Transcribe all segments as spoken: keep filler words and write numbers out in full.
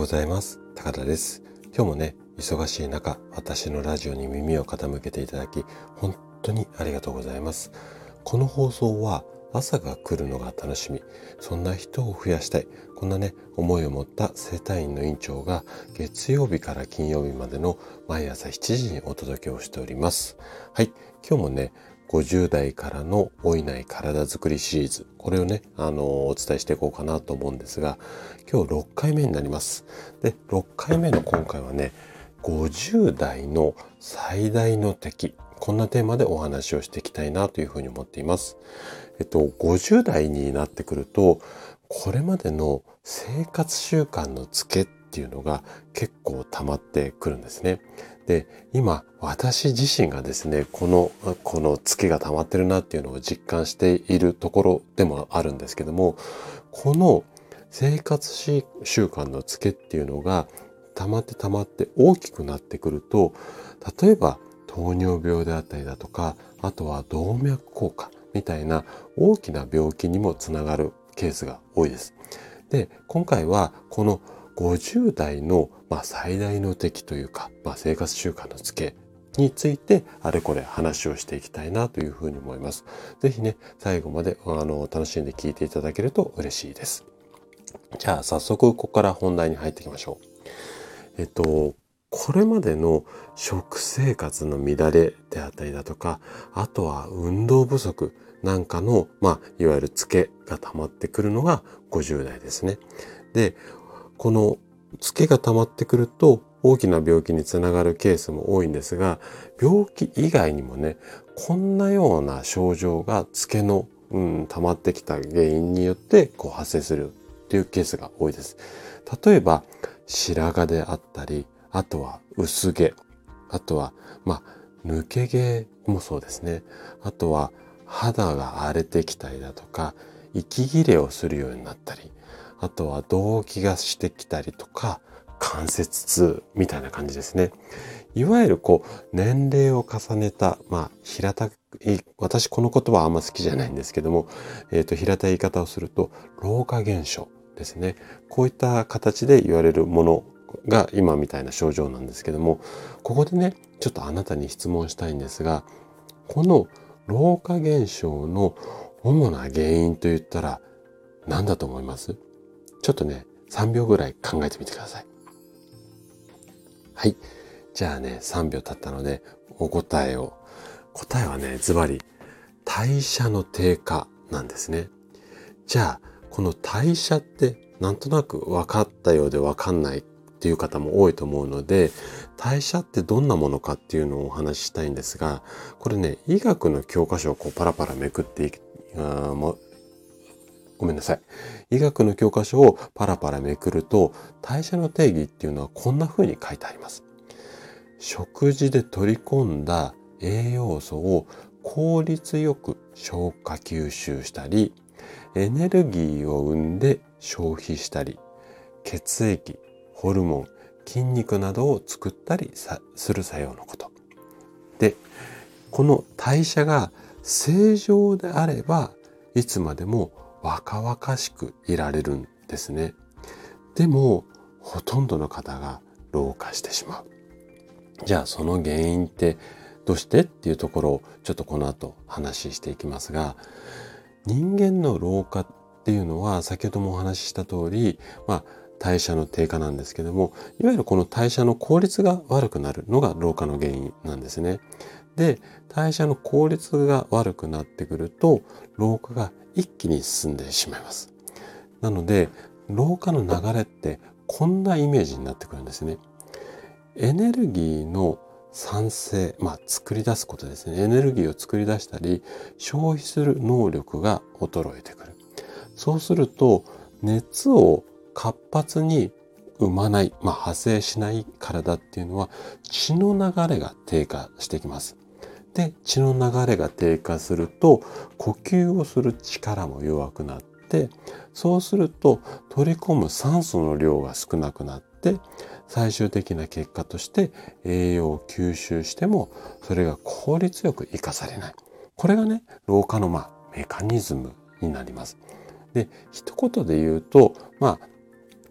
ざいます。高田です。今日もね、忙しい中、私のラジオに耳を傾けていただき、本当にありがとうございます。この放送は朝が来るのが楽しみ、そんな人を増やしたい、こんなね、思いを持った整体院の院長が月曜日から金曜日までの毎朝しちじにお届けをしております。はい、今日もね、ごじゅう代からの老いない体づくりシリーズ、これをね、あのー、お伝えしていこうかなと思うんですが、今日ろっかいめになります。で、ろっかいめの今回はね、ごじゅう代の最大の敵、こんなテーマでお話をしていきたいなというふうに思っています。えっと、ごじゅう代になってくると、これまでの生活習慣のツケっていうのが結構溜まってくるんですね。で、今、私自身がですね、この、このツケが溜まってるなっていうのを実感しているところでもあるんですけども、この生活習慣のツケっていうのが溜まって溜まって大きくなってくると、例えば糖尿病であったりだとか、あとは動脈硬化みたいな大きな病気にもつながるケースが多いです。で、今回はこのごじゅう代の、まあ、最大の敵というか、まあ、生活習慣のツケについてあれこれ話をしていきたいなというふうに思います。ぜひね、最後まであの楽しんで聞いていただけると嬉しいです。じゃあ早速ここから本題に入っていきましょう。えっと、これまでの食生活の乱れであったりだとか、あとは運動不足なんかの、まあ、いわゆるツケが溜まってくるのがごじゅう代ですね。で、このツケが溜まってくると大きな病気につながるケースも多いんですが、病気以外にもね、こんなような症状がツケの、うん、溜まってきた原因によってこう発生するっていうケースが多いです。例えば白髪であったり、あとは薄毛、あとはまあ抜け毛もそうですね。あとは肌が荒れてきたりだとか、息切れをするようになったり、あとは動悸がしてきたりとか、関節痛みたいな感じですね。いわゆるこう年齢を重ねた、まあ平たい、私この言葉はあんま好きじゃないんですけども、えっと平たい言い方をすると老化現象ですね。こういった形で言われるものが今みたいな症状なんですけども、ここでね、ちょっとあなたに質問したいんですが、この老化現象の主な原因といったら何だと思います？ちょっとね、さんびょうぐらい考えてみてください。はい。じゃあね、さんびょう経ったので、お答えを。答えはね、ズバリ、代謝の低下なんですね。じゃあ、この代謝ってなんとなく分かったようで分かんないっていう方も多いと思うので、代謝ってどんなものかっていうのをお話ししたいんですが、これね、医学の教科書をこうパラパラめくっていく、あもごめんなさい。医学の教科書をパラパラめくると、代謝の定義っていうのはこんな風に書いてあります。食事で取り込んだ栄養素を効率よく消化吸収したり、エネルギーを生んで消費したり、血液、ホルモン、筋肉などを作ったりする作用のこと。で、この代謝が正常であれば、いつまでも若々しくいられるんですね。でも、ほとんどの方が老化してしまう。じゃあ、その原因ってどうしてっていうところをちょっとこの後話していきますが、人間の老化っていうのは先ほどもお話しした通り、まあ、代謝の低下なんですけども、いわゆるこの代謝の効率が悪くなるのが老化の原因なんですね。で、代謝の効率が悪くなってくると、老化が一気に進んでしまいます。なので、老化の流れってこんなイメージになってくるんですね。エネルギーの産生、まあ作り出すことですね。エネルギーを作り出したり、消費する能力が衰えてくる。そうすると、熱を活発に生まない、まあ発生しない体っていうのは、血の流れが低下してきます。で、血の流れが低下すると、呼吸をする力も弱くなって、そうすると取り込む酸素の量が少なくなって、最終的な結果として栄養を吸収しても、それが効率よく活かされない。これがね、老化のまあメカニズムになります。で、一言で言うと、まあ、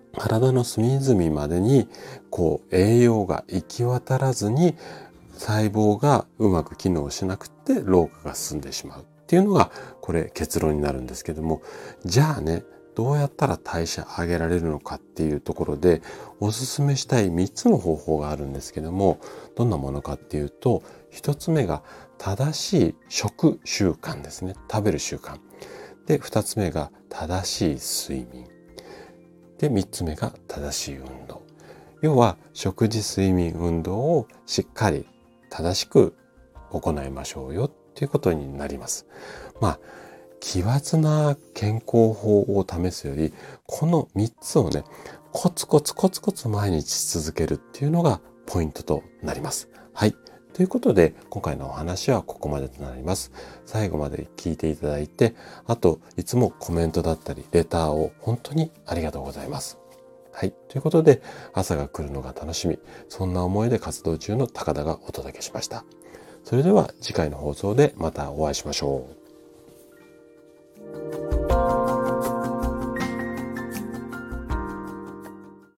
体の隅々までにこう栄養が行き渡らずに細胞がうまく機能しなくて老化が進んでしまうっていうのがこれ結論になるんですけども、じゃあね、どうやったら代謝上げられるのかっていうところでおすすめしたいみっつの方法があるんですけども、どんなものかっていうと、ひとつめが正しい食習慣ですね。食べる習慣。で、ふたつめが正しい睡眠。で、みっつめが正しい運動。要は食事、睡眠、運動をしっかり正しく行いましょうよっていうことになります。まあ奇抜な健康法を試すより、このみっつをね、コツコツコツコツ毎日続けるっていうのがポイントとなります。はい。ということで、今回のお話はここまでとなります。最後まで聞いていただいて、あと、いつもコメントだったり、レターを本当にありがとうございます。はい。ということで、朝が来るのが楽しみ。そんな思いで活動中の高田がお届けしました。それでは次回の放送でまたお会いしましょう。